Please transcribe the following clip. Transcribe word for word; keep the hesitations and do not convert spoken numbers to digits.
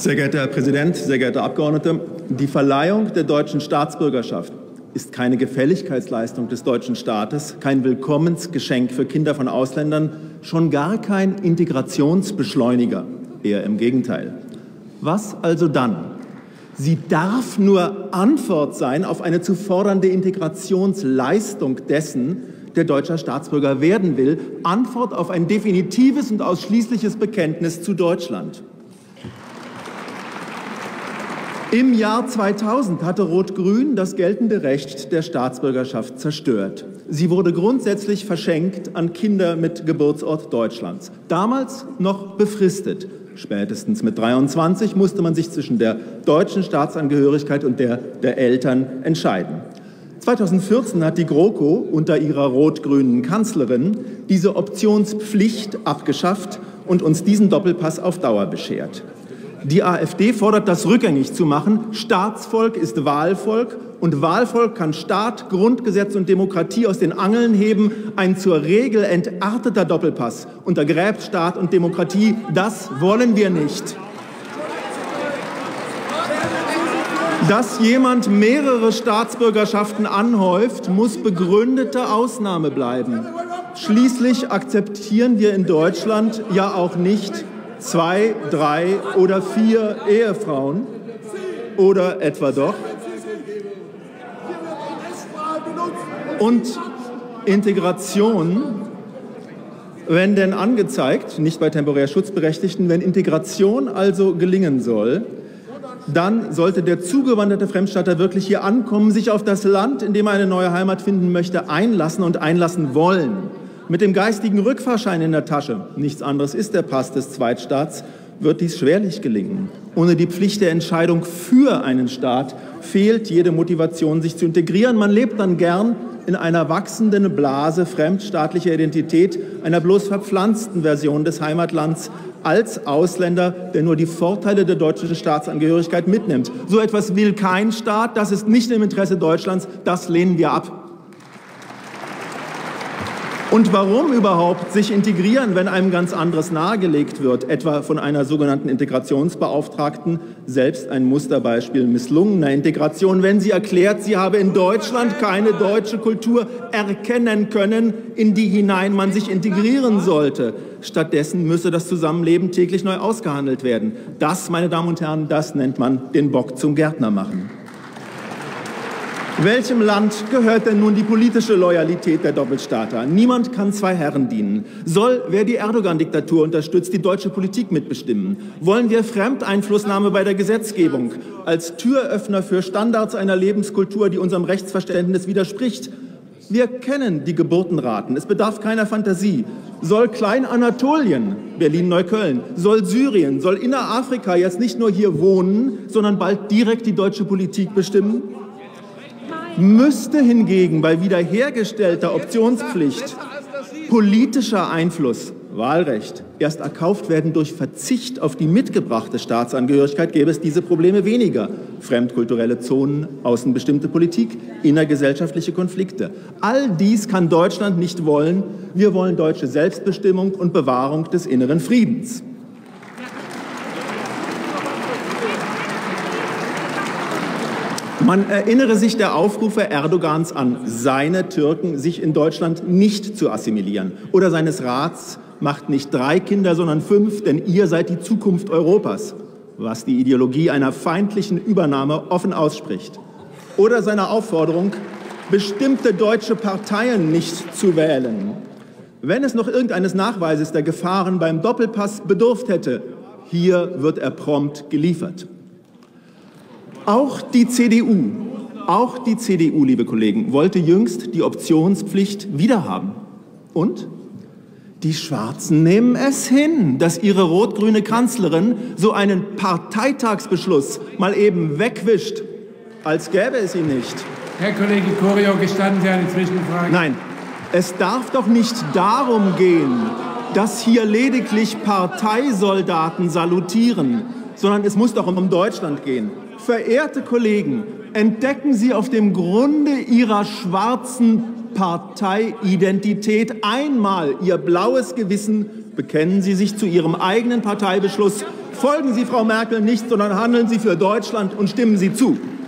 Sehr geehrter Herr Präsident, sehr geehrte Abgeordnete! Die Verleihung der deutschen Staatsbürgerschaft ist keine Gefälligkeitsleistung des deutschen Staates, kein Willkommensgeschenk für Kinder von Ausländern, schon gar kein Integrationsbeschleuniger, eher im Gegenteil. Was also dann? Sie darf nur Antwort sein auf eine zu fordernde Integrationsleistung dessen, der deutscher Staatsbürger werden will, Antwort auf ein definitives und ausschließliches Bekenntnis zu Deutschland. Im Jahr zweitausend hatte Rot-Grün das geltende Recht der Staatsbürgerschaft zerstört. Sie wurde grundsätzlich verschenkt an Kinder mit Geburtsort Deutschlands. Damals noch befristet. Spätestens mit dreiundzwanzig musste man sich zwischen der deutschen Staatsangehörigkeit und der der Eltern entscheiden. zweitausendvierzehn hat die GroKo unter ihrer rot-grünen Kanzlerin diese Optionspflicht abgeschafft und uns diesen Doppelpass auf Dauer beschert. Die AfD fordert, das rückgängig zu machen. Staatsvolk ist Wahlvolk und Wahlvolk kann Staat, Grundgesetz und Demokratie aus den Angeln heben. Ein zur Regel entarteter Doppelpass untergräbt Staat und Demokratie. Das wollen wir nicht. Dass jemand mehrere Staatsbürgerschaften anhäuft, muss begründete Ausnahme bleiben. Schließlich akzeptieren wir in Deutschland ja auch nicht zwei, drei oder vier Ehefrauen. Oder etwa doch? Und Integration, wenn denn angezeigt, nicht bei temporär Schutzberechtigten, wenn Integration also gelingen soll, dann sollte der zugewanderte Fremdstaater wirklich hier ankommen, sich auf das Land, in dem er eine neue Heimat finden möchte, einlassen und einlassen wollen. Mit dem geistigen Rückfahrschein in der Tasche, nichts anderes ist der Pass des Zweitstaats, wird dies schwerlich gelingen. Ohne die Pflicht der Entscheidung für einen Staat fehlt jede Motivation, sich zu integrieren. Man lebt dann gern in einer wachsenden Blase fremdstaatlicher Identität, einer bloß verpflanzten Version des Heimatlands, als Ausländer, der nur die Vorteile der deutschen Staatsangehörigkeit mitnimmt. So etwas will kein Staat, das ist nicht im Interesse Deutschlands, das lehnen wir ab. Und warum überhaupt sich integrieren, wenn einem ganz anderes nahegelegt wird, etwa von einer sogenannten Integrationsbeauftragten, selbst ein Musterbeispiel misslungener Integration, wenn sie erklärt, sie habe in Deutschland keine deutsche Kultur erkennen können, in die hinein man sich integrieren sollte. Stattdessen müsse das Zusammenleben täglich neu ausgehandelt werden. Das, meine Damen und Herren, das nennt man den Bock zum Gärtner machen. Welchem Land gehört denn nun die politische Loyalität der Doppelstaater? Niemand kann zwei Herren dienen. Soll, wer die Erdogan-Diktatur unterstützt, die deutsche Politik mitbestimmen? Wollen wir Fremdeinflussnahme bei der Gesetzgebung als Türöffner für Standards einer Lebenskultur, die unserem Rechtsverständnis widerspricht? Wir kennen die Geburtenraten. Es bedarf keiner Fantasie. Soll Klein-Anatolien, Berlin-Neukölln, soll Syrien, soll Innerafrika jetzt nicht nur hier wohnen, sondern bald direkt die deutsche Politik bestimmen? Müsste hingegen bei wiederhergestellter Optionspflicht politischer Einfluss, Wahlrecht, erst erkauft werden durch Verzicht auf die mitgebrachte Staatsangehörigkeit, gäbe es diese Probleme weniger. Fremdkulturelle Zonen, außenbestimmte Politik, innergesellschaftliche Konflikte. All dies kann Deutschland nicht wollen. Wir wollen deutsche Selbstbestimmung und Bewahrung des inneren Friedens. Man erinnere sich der Aufrufe Erdogans an seine Türken, sich in Deutschland nicht zu assimilieren. Oder seines Rats, macht nicht drei Kinder, sondern fünf, denn ihr seid die Zukunft Europas, was die Ideologie einer feindlichen Übernahme offen ausspricht. Oder seiner Aufforderung, bestimmte deutsche Parteien nicht zu wählen. Wenn es noch irgendeines Nachweises der Gefahren beim Doppelpass bedurft hätte, hier wird er prompt geliefert. Auch die C D U, auch die C D U, liebe Kollegen, wollte jüngst die Optionspflicht wiederhaben. Und? Die Schwarzen nehmen es hin, dass ihre rot-grüne Kanzlerin so einen Parteitagsbeschluss mal eben wegwischt, als gäbe es ihn nicht. Herr Kollege Curio, gestatten Sie eine Zwischenfrage? Nein, es darf doch nicht darum gehen, dass hier lediglich Parteisoldaten salutieren, sondern es muss doch um Deutschland gehen. Verehrte Kollegen, entdecken Sie auf dem Grunde Ihrer schwarzen Parteiidentität einmal Ihr blaues Gewissen, bekennen Sie sich zu Ihrem eigenen Parteibeschluss, Folgen Sie Frau Merkel nicht, sondern handeln Sie für Deutschland und stimmen Sie zu.